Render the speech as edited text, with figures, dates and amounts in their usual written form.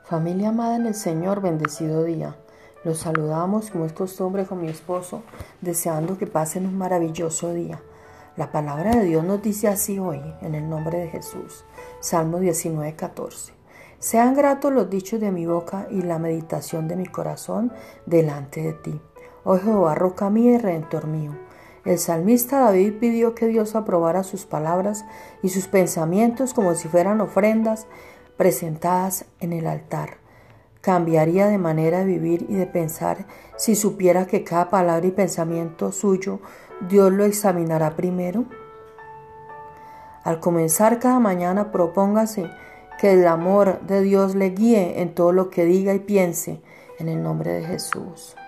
Familia amada en el Señor, bendecido día. Los saludamos como es costumbre con mi esposo, deseando que pasen un maravilloso día. La palabra de Dios nos dice así hoy, en el nombre de Jesús. Salmo 19:14. Sean gratos los dichos de mi boca y la meditación de mi corazón delante de ti. Oh Jehová, roca mía y redentor mío. El salmista David pidió que Dios aprobara sus palabras y sus pensamientos como si fueran ofrendas presentadas en el altar. Cambiaría de manera de vivir y de pensar si supiera que cada palabra y pensamiento suyo Dios lo examinará primero. Al comenzar cada mañana, propóngase que el amor de Dios le guíe en todo lo que diga y piense, en el nombre de Jesús.